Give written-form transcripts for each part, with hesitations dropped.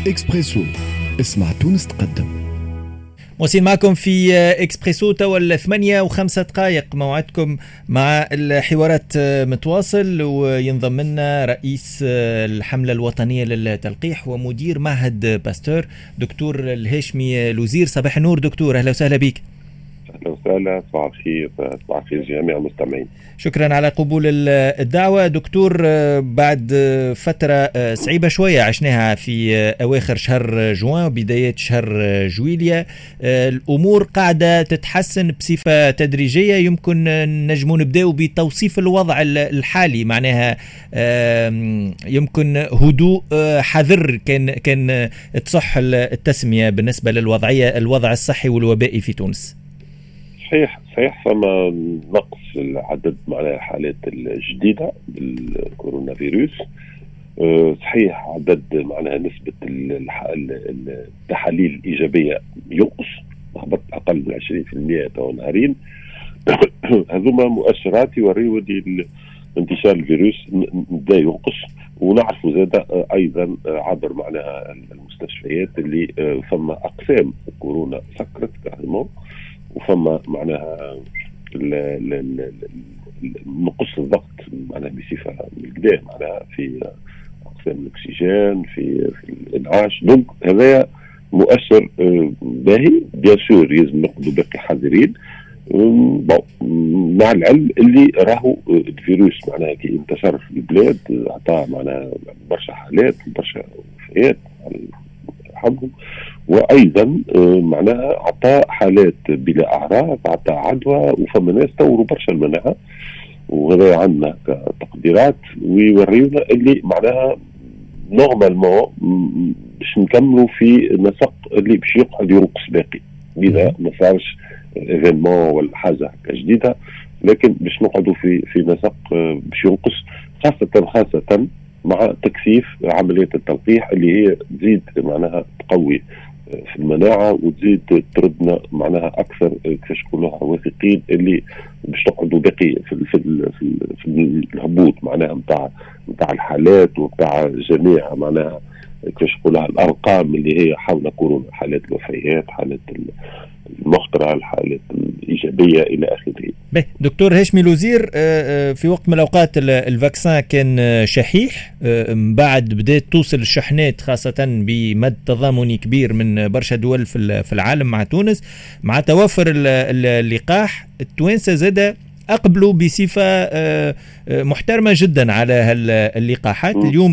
إكسبريسو، اسمع تونس تقدم. موسين معكم في إكسبريسو توا 8:05 موعدكم مع الحوارات متواصل، وينضم لنا رئيس الحملة الوطنية للتلقيح ومدير معهد باستور دكتور الهاشمي لوزير. صباح النور دكتور، أهلا وسهلا بك. أهلا وسهلا، صباح الخير، صباح الخير جميع المستمعين. شكرا على قبول الدعوة دكتور. بعد فترة صعيبة شوية عشناها في أواخر شهر جوان بداية شهر جويليا، الأمور قاعدة تتحسن بصفة تدريجية. يمكن نجمون نبدأ بتوصيف الوضع الحالي، معناها يمكن هدوء حذر كان تصح التسمية بالنسبة الوضع الصحي والوبائي في تونس. صحيح فما نقص العدد معناها الحالات الجديدة بالكورونا فيروس. صحيح عدد معناها نسبة التحاليل الإيجابية ينقص، هبط أقل من 20% تو نهارين. هذوما مؤشرات يوريو انتشار الفيروس بدا ينقص، ونعرفوا زاد أيضا عبر معناها المستشفيات اللي ثم أقسام كورونا سكرت كهرمون، وفما معناها نقص الضغط معناها بصفة بالكدا معناها في أقسام الأكسجين في الإنعاش. دونك هذا مؤشر باهي. بيان سور لازم نقعدوا باقي حذرين مع العلم اللي راهو الفيروس معناها كي انتشر في البلاد عطاه معناها برشا حالات برشا وفيات حظهم، وايضا معناها عطى حالات بلا اعراض، عطى عدوى، وفما ناس طوروا برشا المناعه. وهذا عندنا كتقديرات ويوريونا اللي معناها نورمالمون باش نكملوا في نسق اللي باش يقعد ينقص باقي اذا ما صارش ايفينمون ولا حاجه جديده، لكن باش نقعدوا في نسق باش ينقص، خاصه مع تكثيف عملية التلقيح اللي هي تزيد معناها تقوي في المناعة وتزيد تردنا معناها أكثر كيفاش نقولوها واثقين اللي باش تقعدوا باقي في الهبوط معناها نتاع الحالات ونتاع جميع معناها كيفاش نقولوها الأرقام اللي هي حول كورونا، حالات الوفيات، حالات المخترع، الحالات الإيجابية إلى آخره. دكتور هاشمي لوزير، في وقت من الأوقات الفاكسان كان شحيح، من بعد بدأت توصل الشحنات خاصة بمد تضامني كبير من برشا دول في العالم مع تونس. مع توفر اللقاح التوانسة زاد أقبلوا بصفة محترمة جدا على اللقاحات. اليوم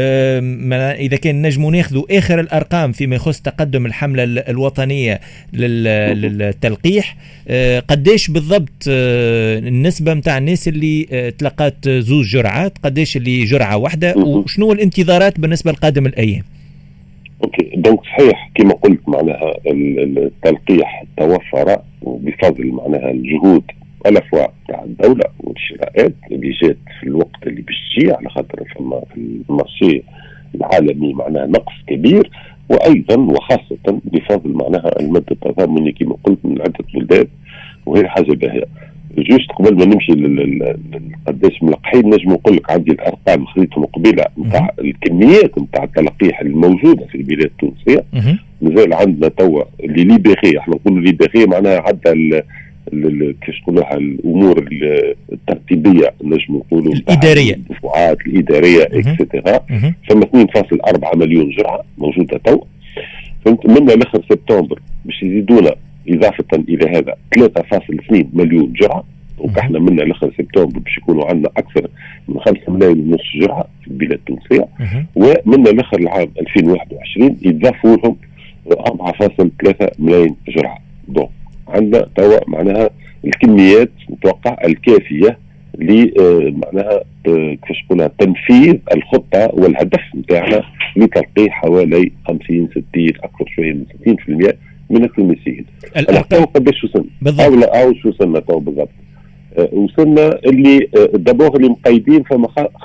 إذا كان نجموا ناخذوا آخر الأرقام فيما يخص تقدم الحملة الوطنية للتلقيح، قديش بالضبط النسبة متاع الناس اللي تلقات زوج جرعات، قديش اللي جرعة واحدة، وشنو الانتظارات بالنسبة لقادم الأيام؟ اوكي، دونك صحيح كما قلت معناها التلقيح توفر بفضل معناها الجهود الافواج تاع الدوله والشراءات اللي جات في الوقت اللي باش تجي، على خاطر فما في المارشي العالمي معناها نقص كبير، وايضا وخاصه بفضل معناها المد التضامني كما قلت من عده بلدان، وهي حاجه باهيه. جوست قبل ما نمشي قداش ملقحين نجم نقول لك عندي الارقام خذيتهم قبيله نتاع الكميات نتاع التلقيح الموجوده في البلاد التونسيه. مازال عندنا توا اللي ليبيري، احنا نقولوا ليبيري معناها عدى كيفاش نقولوها الامور الترتيبيه نجم نقولوا الاداريه، الدفعات الاداريه اكسترا. ثم 2.4 مليون جرعه موجوده تو، فهمت، من لاخر سبتمبر باش يزيدونا اضافه الى هذا 3.2 مليون جرعه، وكحنا من لاخر سبتمبر باش يكونوا عندنا اكثر من 5 ملايين ونص جرعه في البلاد التونسيه، ومن لاخر العام 2021 يضافوا لهم 4.3 ملايين جرعه. دونك عندنا توا معناها الكميات نتوقع الكافيه ل معناها كيفاش نقولها تنفيذ الخطه والهدف نتاعنا لتلقيح حوالي 50 60 اكثر شويه من 60% من التونسيين. الارقام قداش وصلنا؟ او شو وصلنا تو بالضبط؟ وصلنا اللي دابور اللي مقيدين فما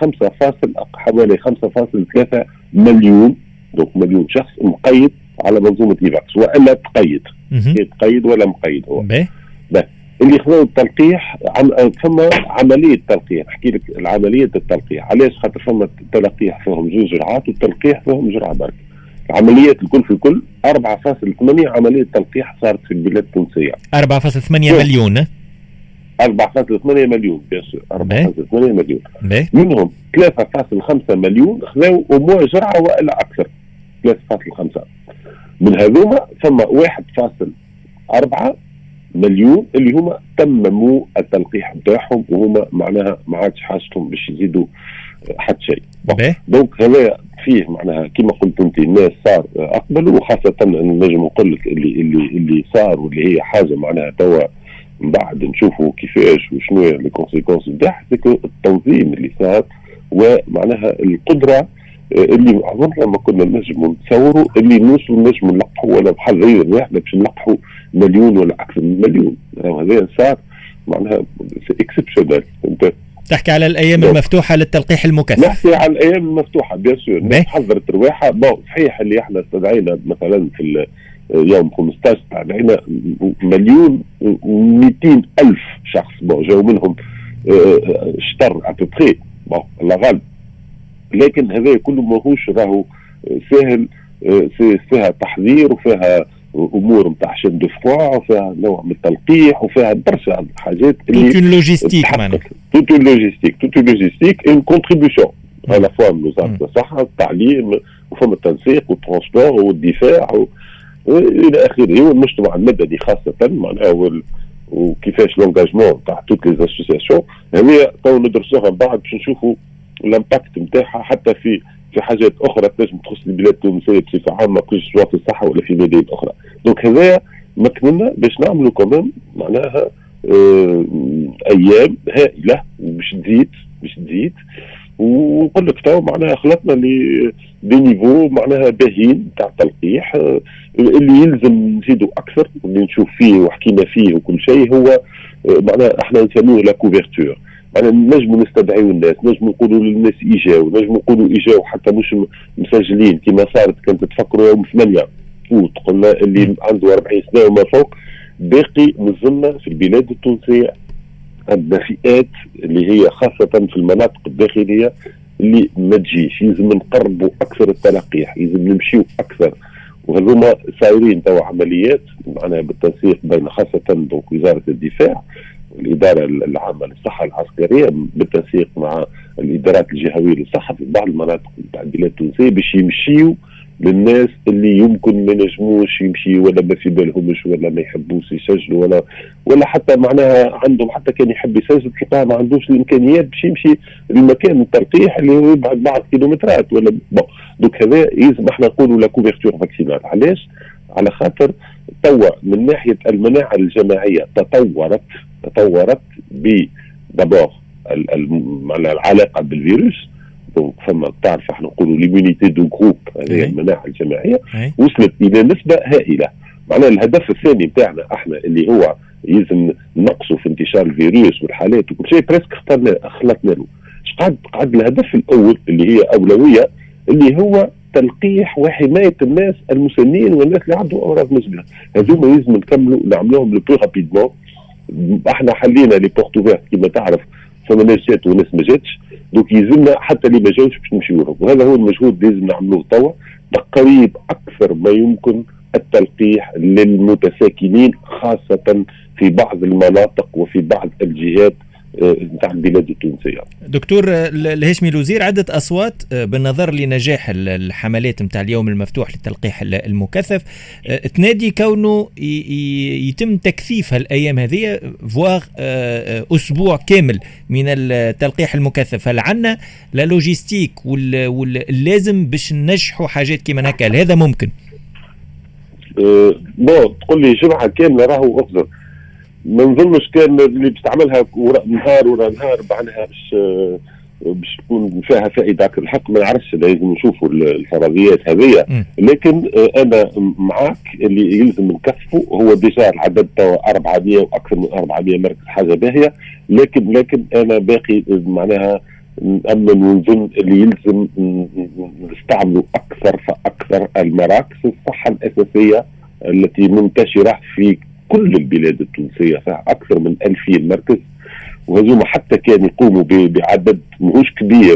حوالي 5.3 مليون، دونك مليون شخص مقيد على منظومه ايفاكس، والا تقيد ولا مقيد هو اللي خذوا التلقيح. ثم عمليه تلقيح، نحكي لك عمليه التلقيح علاش، خاطر ثم التلقيح فيهم 2 جرعات والتلقيح فيهم جرعه برك. عمليات الكل في الكل 4.8 عملية تلقيح صارت في البلاد التونسية. 4.8 مليون 4.8 مليون بيان سور 4.8 مليون. منهم 3.5 مليون خذوا أموا جرعة وإلا أكثر. 3.5 من هذوما ثم 1.4 مليون اللي هما تمموا التلقيح بتاعهم وهما معناها ما عادش حاجتهم باش يزيدوا حتى شيء. دونك هذا فيه معناها كما قلت انت الناس صار اقبلوا، وخاصه نجم نقول لك اللي صار واللي هي حاجه معناها توا من بعد نشوفوا كيفاش وشنو هي لي كونسيكونس نتاعها، التنظيم اللي صار ومعناها القدره اللي عمرنا ما كنا نجموا نتصوروا اللي نوصلوا نجموا نلقحوا ولا بحال غير الرحله باش نلقحوا مليون ولا اكثر من مليون. هذا صار معناها اكسبشنال. انت تحكي على الايام المفتوحه للتلقيح المكثف. نحكي على الايام المفتوحه بيان سور. حضرت رواحه صحيح اللي احنا استدعينا مثلا في يوم 15 استدعينا 1,200,000 شخص جاوا منهم شطر ابوبخي الله غالب، لكن هذا كله ماهوش راهو سهل. فيها تحضير وفيها امور نتاع شد دفوا وفيها نوع من التلقيح وفيها برشا حاجات اللي توت لوجيستيك معناها توت لوجيستيك اون كونتريبيوشن على فوا من وزاره الصحه والتعليم وفما التنسيق والترونسبور والدفاع الى اخره والمجتمع المدني خاصه معناها وكيفاش لونجاجمون تاع توت لي اسوسياسيون. هذه تو ندرسوها من بعد باش نشوفوا الامباكت نتاعها حتى في حاجات اخرى تنجم تخص البلاد التونسيه بصفه عامه سواء في الصحه ولا في مجالات اخرى. دونك هذا مكننا باش نعملوا كمان معناها ايام هائله باش تزيد ونقول لك تو معناها خلطنا لي نيفو معناها باهين تاع التلقيح اللي يلزم نزيدوا اكثر واللي نشوف فيه وحكينا فيه وكل شيء هو معناها احنا نسميه لا كوفرتور. أنا نجم نستدعيوا الناس، نجم نقولوا للناس إجاو، نجم نقولوا إجاو حتى مش مسجلين كما صارت. كانت تفكروا يوم 8 فوت قلنا اللي عنده 40 سنة وما فوق باقي مازلنا في البلاد التونسية عندنا فئات اللي هي خاصة في المناطق الداخلية اللي ما تجيش. يلزم نقربوا أكثر التلقيح، يلزم نمشيوا أكثر، وهذوما صايرين توا عمليات معناها بالتنسيق بين خاصة دونك وزارة الدفاع الإدارة العامة للصحة العسكرية بالتنسيق مع الإدارات الجهوية للصحة في بعض المناطق نتاع البلاد التونسية باش يمشيوا للناس اللي يمكن ما نجموش يمشي ولا ما في بالهمش ولا ما يحبوش يسجلوا ولا حتى معناها عندهم حتى كان يحب يسجل تلقاه ما عندوش الإمكانيات باش يمشي للمكان التلقيح اللي هو يبعد بعض كيلومترات ولا دوك هذا يلزم احنا نقولوا لا كوفرتور فاكسينال. علاش؟ على خاطر توا من ناحية المناعة الجماعية تطورت دابور العلاقة بالفيروس. دونك فما تعرف احنا نقولوا ليمونيتي دو جروب هذه المناعة الجماعية وصلت إلى نسبة هائلة. معناها الهدف الثاني بتاعنا احنا اللي هو يلزم نقصوا في انتشار الفيروس والحالات وكل شيء بريسك خلطنا له. قعد الهدف الأول اللي هي أولوية اللي هو تلقيح وحماية الناس المسنين والناس اللي عندهم أمراض مزمنة. هذوما لازم نكملوا نعملوهم لو بلو رابيدمون. احنا حلينا لي بورت اوفيرت كما تعرف فما ناس جات وناس ما جاتش، دوك يلزمنا حتى اللي ما جاوش باش نمشيو لهم، وهذا هو المجهود اللي لازم نعملوه توا بقريب اكثر ما يمكن التلقيح للمتساكنين خاصه في بعض المناطق وفي بعض الجهات نتاع البلاد التونسيه. دكتور الهاشمي الوزير، عده اصوات بالنظر لنجاح الحملات نتاع اليوم المفتوح للتلقيح المكثف تنادي كونه يتم تكثيفها الايام هذه فواغ اسبوع كامل من التلقيح المكثف. هل عندنا لا لوجيستيك واللازم باش ننجحوا حاجات كيما هكا؟ هل هذا ممكن؟ تقول لي جمعه كامله راهو افضل. ما نظنش كان اللي بتعملها نهار ورا نهار بعدها باش تكون فيها فائده. الحق ما نعرفش، لازم نشوفوا الفرضيات هذه. لكن انا معاك اللي يلزم نكثفوا هو ديجا العدد تاع 400 واكثر من 400 مركز حاجه باهيه. لكن انا باقي معناها نأمن ونظن اللي يلزم نستعملوا اكثر فاكثر المراكز الصحه الاساسيه التي منتشره في كل البلاد التونسية، فيها أكثر من 2000 مركز، وهذوما حتى كان يقوموا بعدد مهوش كبير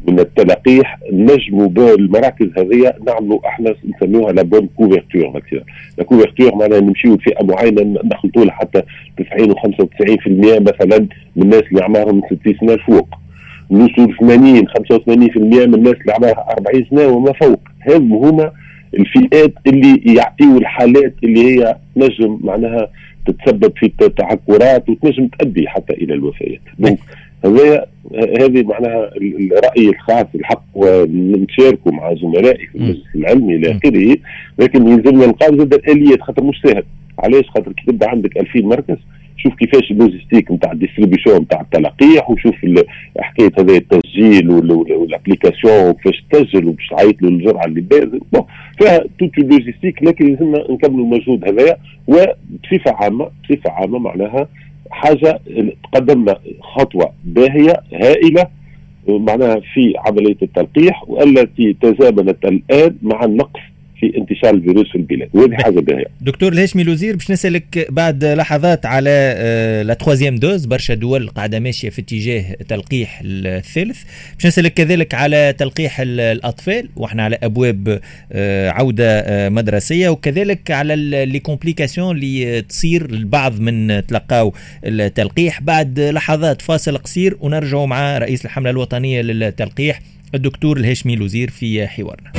من التلقيح نجموا بالمراكز هذه نعملوا احنا نسميوها لا بون كوفرتور فاكسينال. لا كوفرتور معناها نمشيو لفئه معينه نخلطوا لها حتى 90 و95% مثلا من الناس اللي عمرهم 60 سنه الفوق، نوصل 80-85% من الناس اللي عمرها 40 سنه وما فوق. هذم هما الفئات اللي يعطيوا الحالات اللي هي نجم معناها تتسبب في تعكرات وتنجم تؤدي حتى الى الوفيات. دونك هذه معناها الراي الخاص الحق، ونشاركوا مع زملائي في المجلس العلمي الى اخره، لكن يلزمنا نلقاو زاد الاليات خاطر مش سهل. علاش؟ خاطر كي تبدا عندك 2000 مركز شوف كيفاش اللوجيستيك نتاع الديستريبيوشن نتاع التلقيح، وشوف حكايه هذا التسجيل والابليكاسيون وكيفاش تسجل وباش تعيط له الجرعه اللي بازل، فيها توت اللوجيستيك، لكن لازمنا نكملوا المجهود هذايا. وبصفه عامه معناها حاجه تقدمنا خطوه باهيه هائله معناها في عمليه التلقيح، والتي تزامنت الان مع النقص في انتشار الفيروس في البلاد، وهذه حاجه باهيه. دكتور الهاشمي لوزير، باش نسالك بعد لحظات على لا تخوازيام دوز. برشا دول قاعده ماشيه في اتجاه تلقيح الثالث. باش نسالك كذلك على تلقيح الاطفال، واحنا على ابواب عوده مدرسيه، وكذلك على لي كومبليكاسيون اللي تصير البعض من تلقاو التلقيح. بعد لحظات فاصل قصير ونرجع مع رئيس الحمله الوطنيه للتلقيح الدكتور الهاشمي لوزير في حوارنا.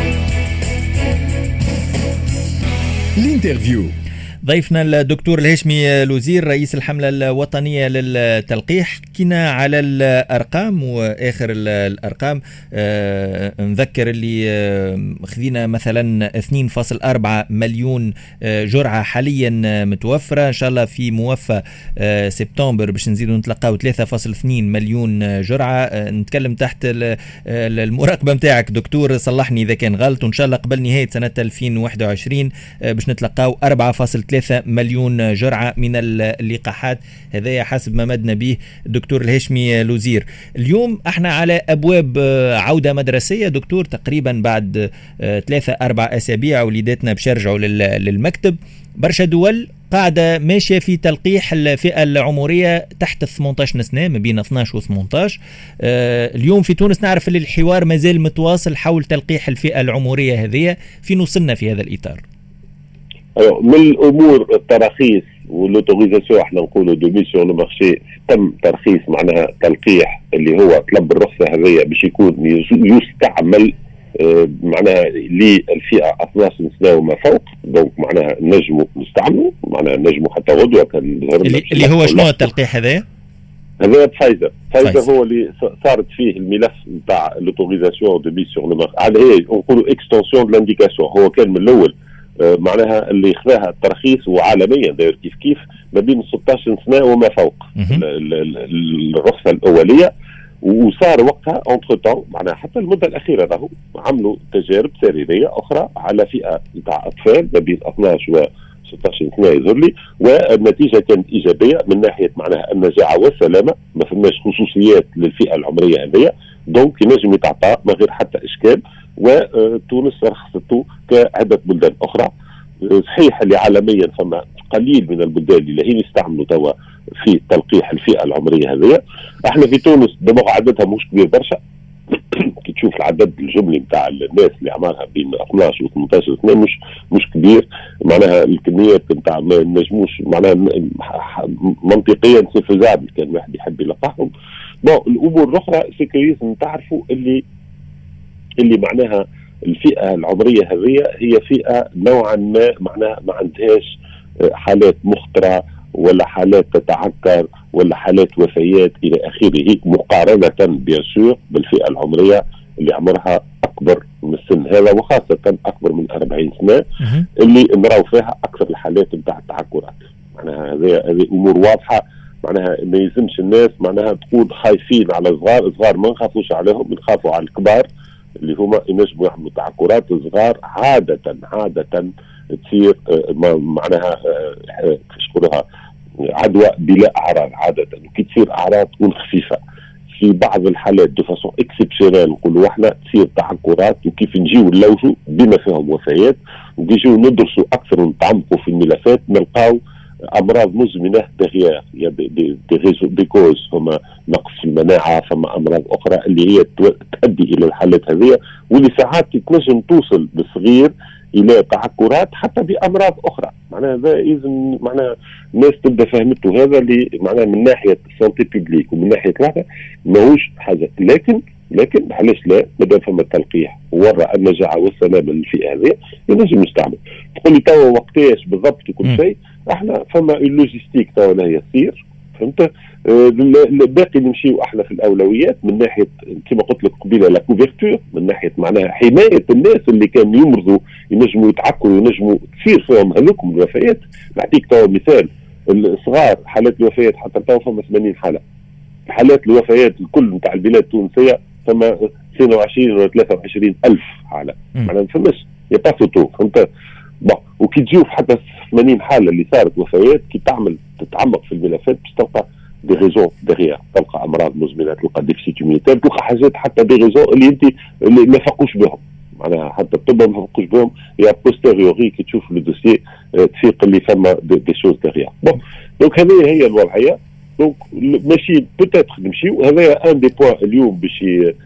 الانترفيو. ضيفنا الدكتور الهاشمي لوزير رئيس الحملة الوطنية للتلقيح. حكينا على الأرقام وآخر الأرقام. نذكر اللي خذينا مثلا 2.4 مليون جرعة حاليا متوفرة، إن شاء الله في موفى سبتمبر باش نزيدوا نتلقاو 3.2 مليون جرعة. نتكلم تحت المراقبة متاعك دكتور، صلحني إذا كان غلط، وإن شاء الله قبل نهاية سنة 2021 باش نتلقاو 4.3 مليون جرعة من اللقاحات. هذا حسب ما مدنا به دكتور الهاشمي لوزير. اليوم احنا على أبواب عودة مدرسية دكتور، تقريبا بعد 3-4 أسابيع وليداتنا باش يرجعوا للمكتب. برشا دول قاعدة ماشية في تلقيح الفئة العمرية تحت 18 سنة، ما بين 12 و 18. اليوم في تونس نعرف اللي الحوار مازال متواصل حول تلقيح الفئة العمرية هذه. فين وصلنا في هذا الإطار؟ من الامور التراخيص والautorisation، احنا نقولوا دو ميس سور لو مارشي، تم ترخيص معناها تلقيح اللي هو طلب الرخصه هذه باش يكون يستعمل معناها للفئه 12 سنه وما فوق. دونك معناها نجموا نستعملوا، معناها نجموا حتى غدوه كان اللي هو شنو التلقيح هذا؟ هذا فايزر هو اللي صارت فيه الملف نتاع لوتوريزاسيون دو ميس سور لو مارشي، على هي نقولوا اكستنسيون دو لانديكاسيون. هو كان من الاول معناها اللي خذاها الترخيص وعالميا داير كيف ما بين 16 سنه وما فوق الرخصه الاوليه. وصار وقتها اونتر تون معناها حتى المده الاخيره راهو عملوا تجارب سريريه اخرى على فئه نتاع اطفال ما بين 12 و 16 سنه يظهر لي، والنتيجه كانت ايجابيه من ناحيه معناها النجاعه والسلامه، ما فماش خصوصيات للفئه العمريه هذه. دونك ينجم يتعطى من غير حتى اشكال، وتونس رخصته كعده بلدان اخرى. صحيح اللي عالميا فما قليل من البلدان اللي هي يستعملوا توا في تلقيح الفئه العمريه هذه. احنا في تونس دماغ عددها مش كبير برشا كي تشوف العدد الجملي نتاع الناس اللي عمرها بين 12 و 18 سنه مش كبير، معناها الكميات نتاع ما نجموش معناها منطقيا سيفيزابل كان واحد يحب يلقحهم. الامور الاخرى سيكوريز نتعرفوا اللي معناها الفئه العمريه هذه هي فئه نوعا ما معناها ما عندهاش حالات مخطره ولا حالات تتعكر ولا حالات وفيات الى اخره، مقارنه بيان سور بالفئه العمريه اللي عمرها اكبر من السن هذا، وخاصه اكبر من 40 سنه اللي نراو فيها اكثر الحالات نتاع التعكرات. معناها هذه امور واضحه، معناها ما يلزمش الناس معناها تكون خايفين على الصغار ما نخافوش عليهم، نخافوا على الكبار اللي هما ينجموا يعملوا تعكرات. الصغار عاده تصير معناها كيفاش نقولوها عدوى بلا اعراض عاده، وكي تصير اعراض تكون خفيفه. في بعض الحالات دو فاسون اكسبسيونيل نقولوا احنا تصير تعكرات، وكيف نجيو نلوجوا بما فيهم وفيات، وكي نجيو ندرسوا اكثر ونتعمقوا في الملفات نلقاو امراض مزمنه دغيار دي كوز، فما نقص في المناعه، فما امراض اخرى اللي هي تؤدي الى الحالات هذه، واللي ساعات تنجم توصل بالصغير الى تعكرات حتى بامراض اخرى. معناها هذا لازم معناها الناس تبدا فهمته، هذا اللي معناها من ناحيه سانتي بيبليك ومن ناحيه واحده ماهوش حاجه، لكن علاش لا؟ مادام فما تلقيح وراء النجاعه والسلامه للفئه هذه ينجم يستعمل. تقول لي توا وقتاش بالضبط وكل شيء، احنا فما اللوجيستيك توا لا يصير، فهمت؟ باقي نمشيو احنا في الاولويات من ناحيه كما قلت لك قبيله لا كوفرتور، من ناحيه معناها حمايه الناس اللي كانوا يمرضوا ينجموا يتعكروا ينجموا تصير فيهم هلوكم الوفيات. نعطيك توا مثال، الصغار حالات الوفيات حتى توا فما 80 حاله، حالات الوفيات الكل نتاع البلاد التونسيه فما 22 ولا 23 الف حاله، معناها ما فماش يا فوتو، فهمت؟ وكي تجيو حتى 80 حاله اللي صارت وفيات، كي تتعمق في الملفات باش تلقى دي ريزون دغيا، تلقى امراض مزمنه، تلقى ديفيسيت اميونيتير، تلقى حاجات حتى دي ريزون اللي انت اللي ما فقوش بهم، معناها حتى الطب ما فقوش بهم، يا بوستيريوري كي تشوف لو دوسي تفيق اللي فما دي شوز دغيا. دونك هذه هي الوضعيه. دونك ماشي بوتيتر نمشيو، هذا ان دي بوان اليوم باش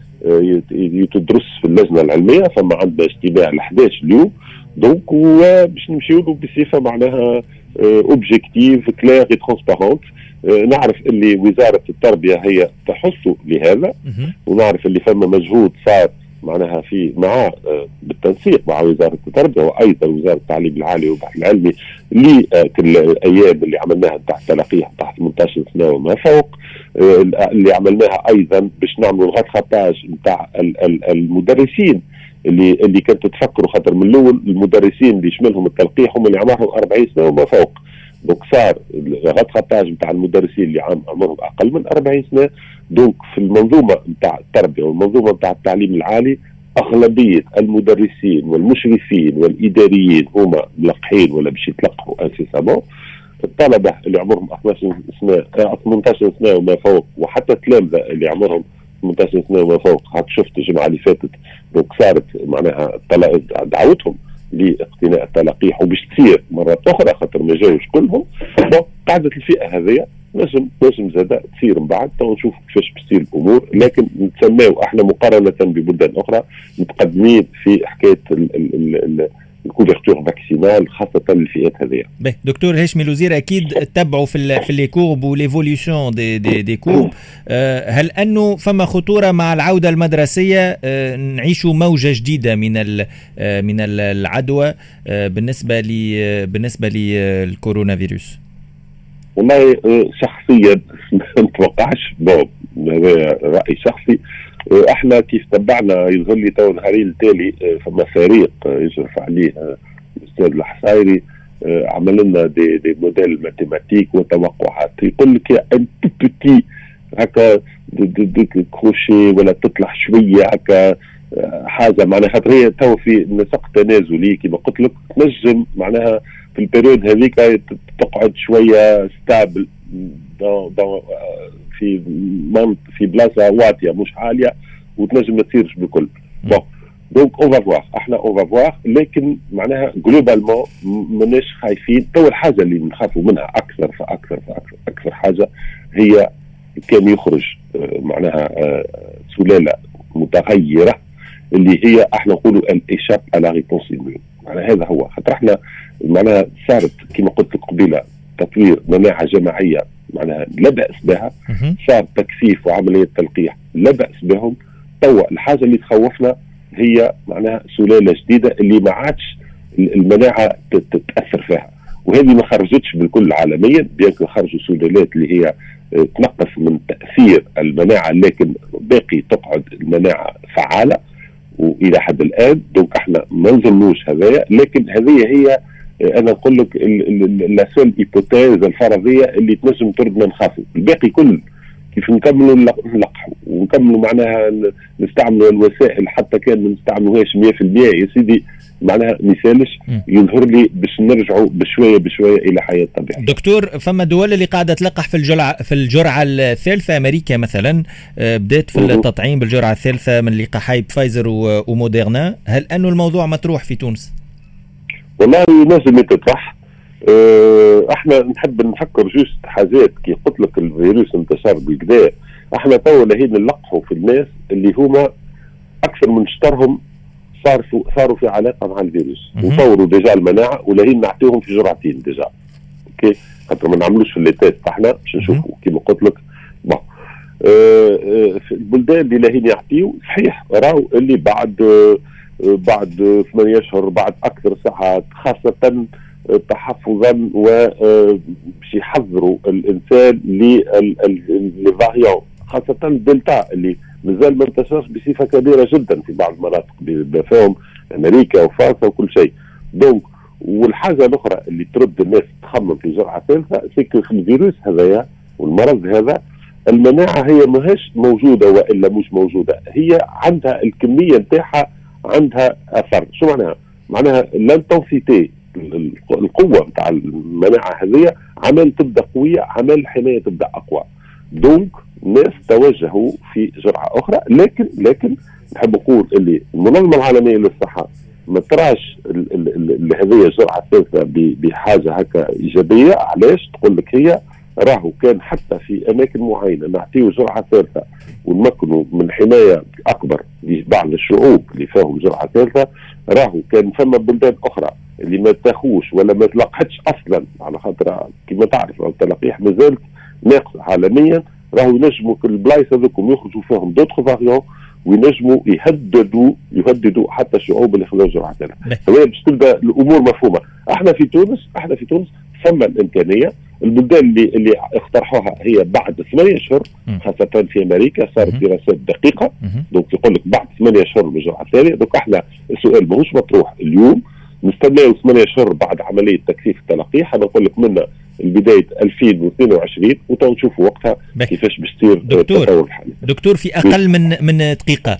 يتدرس في اللجنه العلميه، فما عندنا اجتماع ال11 اليوم، دونك باش نمشيو له بصفه معناها اوبجيكتيف كلير اي ترونسبارونت. نعرف اللي وزاره التربيه هي تحث لهذا، ونعرف اللي فما مجهود صار معناها في مع بالتنسيق مع وزاره التربيه وايضا وزاره التعليم العالي والبحث العلمي للايام اللي عملناها تحت تلقيح تحت 18 سنه وما فوق، اللي عملناها ايضا باش نعملوا الغطاج نتاع المدرسين اللي كانت تفكروا، خاطر من الاول المدرسين اللي يشملهم التلقيح هم اللي عمرهم 40 سنه وما فوق، دونك صار الغطاج نتاع المدرسين اللي عمرهم اقل من 40 سنه. دونك في المنظومه نتاع التربيه والمنظومه نتاع التعليم العالي اغلبيه المدرسين والمشرفين والاداريين هما ملقحين ولا باش يتلقحوا انسيسامون. الطلبه اللي عمرهم 18 سنه وما فوق، وحتى التلامذه اللي عمرهم 18 سنه وما فوق، شفت الجمعه اللي فاتت، دونك صارت معناها دعوتهم لاقتناء التلقيح وباش تصير مرات اخرى خاطر ما جاوش كلهم. قاعده الفئه هذه لازم زاد تصير من بعد، تو نشوف كيفاش بتصير الامور، لكن نتسماو احنا مقارنه ببلدان اخرى متقدمين في حكايه الكوفرتور فاكسينال خاصه للفئات هذه. دكتور هاشمي الوزير، اكيد تتبعوا في لي كورب وليفوليوشن دي كورب، هل انه فما خطوره مع العوده المدرسيه نعيشوا موجه جديده من العدوى بالنسبه للكورونا فيروس؟ والله شخصيا ما نتوقعش، هذا راي شخصي. احنا كيف تبعنا يظهر لي تو نهارين التالي فما فريق يشرف عليه الاستاذ الحصايري عمل لنا دي موديل ماتيماتيك وتوقعات، يقول لك ان بيتي هكا كروشي ولا تطلع شويه هكا حاجه، معناها خاطر هي تو في نسق تنازلي كما قلت لك، تنجم معناها في البريود هذيك تقعد شويه ستابل في بلاصه واطيه مش عاليه، وتنجم ما تصيرش بكل. دونك اون فافوار، احنا اون فافوار، لكن معناها جلوبالمون ماناش خايفين. اول حاجه اللي نخافوا منها اكثر حاجه هي كان يخرج معناها سلاله متغيره اللي هي احنا نقولوا الاشاب على ريبونس اميون. معناها هذا هو، خاطر احنا معناها صارت كما قلت لك قبيله تطوير مناعه جماعيه معناها لا باس بها، صار تكثيف وعمليه تلقيح لا باس بهم. توا الحاجه اللي تخوفنا هي معناها سلاله جديده اللي ما عادش المناعه تتاثر فيها، وهذه ما خرجتش بالكل عالميا، بيان خرجوا سلالات اللي هي تنقص من تاثير المناعه، لكن باقي تقعد المناعه فعاله والى حد الان. دونك احنا ما نظنوش هذايا، لكن هذه هي انا نقول لك لا سول ايبوتيز الفرضيه اللي تنجم تردنا نخافوا. الباقي كل كيف نكملوا نلقحوا ونكملوا معناها نستعملوا الوسائل، حتى كان ما نستعملوهاش 100% يا سيدي معناها مثالش يظهر لي باش نرجعوا بشويه الى حياه طبيعيه. دكتور، فما دول اللي قاعده تلقح في الجرعه الثالثه، امريكا مثلا بدات في التطعيم بالجرعه الثالثه من لقاحي فايزر وموديرنا، هل انه الموضوع مطروح في تونس؟ والله لازم يتطرح، احنا نحب نفكر جوست حاجات كي قلت لك الفيروس انتشر بالكدا. احنا تو لهين نلقحوا في الناس اللي هما اكثر من شطرهم صاروا في علاقه مع الفيروس وطوروا ديجا المناعه، ولهين نعطيهم في جرعتين ديجا. اوكي، خاطر ما نعملوش في الليتات احنا باش نشوفوا كيما قلت لك. في البلدان اللي لهين يعطيو صحيح راهو اللي بعد 8 اشهر بعد اكثر ساعات، خاصه تحفظا وباش يحذروا الانسان للفاريون، خاصه الدلتا اللي مازال ما انتشرش بصفه كبيره جدا في بعض المناطق بفهم امريكا وفرنسا وكل شيء. دونك والحاجه الاخرى اللي ترد الناس تخمم في جرعه ثالثه سكر الفيروس هذايا والمرض هذا المناعه هي ماهيش موجوده والا مش موجوده، هي عندها الكميه نتاعها عندها اثر. شو معناها؟ معناها الانتنسيتي القوه نتاع المناعه هذه عمل تبدا قويه، عمل الحمايه تبدا اقوى. دونك الناس توجهوا في جرعه اخرى، لكن نحب نقول اللي المنظمه العالميه للصحه ما تراش هذه الجرعه الثالثه بحاجه هكا ايجابيه. علاش؟ تقول لك هي راهو كان حتى في اماكن معينه نعطيه جرعه ثالثه ونمكنوا من حمايه اكبر لبعض الشعوب اللي فيهم جرعه ثالثه، راهو كان فما بلدان اخرى اللي ما تاخوش ولا ما تلقحتش اصلا، على خاطر كما تعرف التلقيح مازال ناقص عالميا. راهو ينجموا كل البلايص هذوكم يخرجوا فيهم دوتر فاريون وينجموا يهددوا حتى الشعوب اللي خذوا جرعه ثالثه. فهي باش تبدا الامور مفهومه. احنا في تونس ثم الامكانيه. البلدان اللي اقترحوها هي بعد 8 اشهر، خاصه في امريكا صارت دراسات دقيقه. دونك يقول لك بعد 8 اشهر بالجرعه الثانيه. دونك احنا السؤال ماهوش مطروح اليوم، نستناو 8 اشهر بعد عمليه تكثيف التلقيح. انا نقول لك من بدايه 2022 وتو نشوفوا وقتها كيفاش باش تصير التطور الحالي. دكتور في اقل من دقيقه،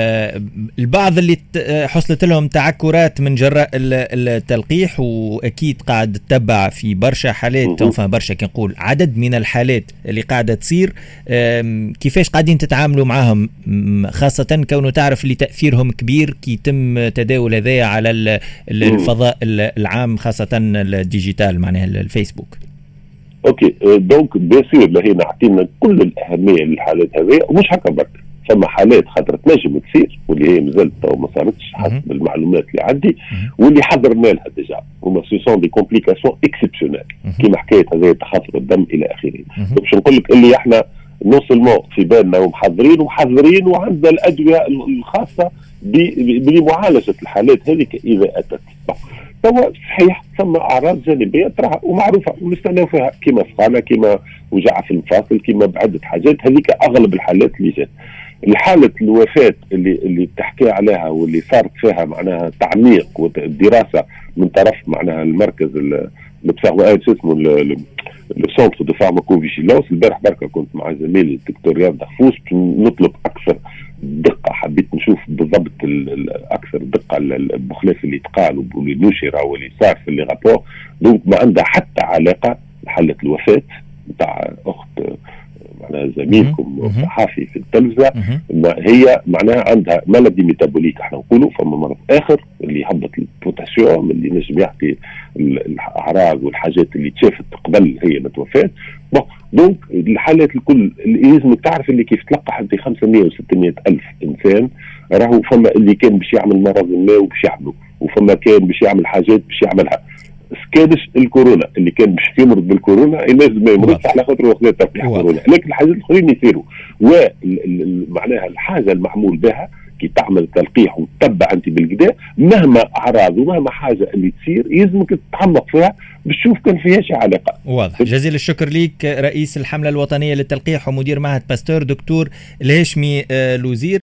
البعض اللي حصلت لهم تعكرات من جراء التلقيح، واكيد قاعد تتبع في برشا حالات، برشا كنقول عدد من الحالات اللي قاعده تصير، كيفاش قاعدين تتعاملوا معهم، خاصه كونه تعرف اللي تاثيرهم كبير كي يتم تداول هذايا على الفضاء العام، خاصه الديجيتال معناها الفيسبوك. اوكي، دونك بيصير لهنا عطينا كل الاهميه للحالات هذه، ومش هكا برك ثم حالات خاطر تنجم تصير واللي هي مازالت ما صارتش حسب المعلومات اللي عندي واللي حضرنا لها ديجا، هما سي سون دي كومبليكاسيون اكسبسيونيل كيما حكايه هذه تخاطر الدم الى اخره. باش نقول لك اللي احنا نو سولمون في بالنا ومحضرين وعندنا الادويه الخاصه بمعالجه الحالات هذه اذا اتت. توا صحيح ثم اعراض جانبيه تراها ومعروفه ونستناو فيها كيما سخانه، كيما وجع في المفاصل، كيما بعده حاجات. هذيك اغلب الحالات اللي جات. الحاله الوفاه اللي تحكي عليها واللي صارت فيها معناها تعميق ودراسه من طرف معناها المركز السونتر دو فارماكوفيجيلانس. البارح بركه كنت مع زميلي الدكتور رياض دخفوس نطلب اكثر دقه، حبيت نشوف بالضبط اكثر دقه البخلاف اللي تقال واللي نشر واللي صار في لي رابور. دونك ما عندها حتى علاقه بحاله الوفاه نتاع اخت معناها زميلكم صحافي في التلفزه، هي معناها عندها مالدي ميتابوليك احنا نقولوا، فما مرض اخر اللي يهبط البوتاسيوم اللي نجم يعطي الاعراض والحاجات اللي تشافت قبل هي ما توفات. دونك الحالات الكل اللي لازم تعرف اللي كيف تلقح انت 500 و 600 الف انسان، راهو فما اللي كان باش يعمل مرض ما وباش يعمله، وفما كان باش يعمل حاجات باش يعملها. سكانش الكورونا اللي كان باش يمرض بالكورونا لازم ما يمرضش على خاطر واخذ تلقيح كورونا، لكن الحاجات الاخرين يصيروا. ومعناها الحاجه المعمول بها كي تعمل تلقيح وتتبع انت بالكدا مهما اعراض ومهما حاجه اللي تصير يلزمك تتعمق فيها باش تشوف كان فيها شي علاقه. واضح. جزيل الشكر ليك رئيس الحمله الوطنيه للتلقيح ومدير معهد باستور دكتور الهاشمي لوزير.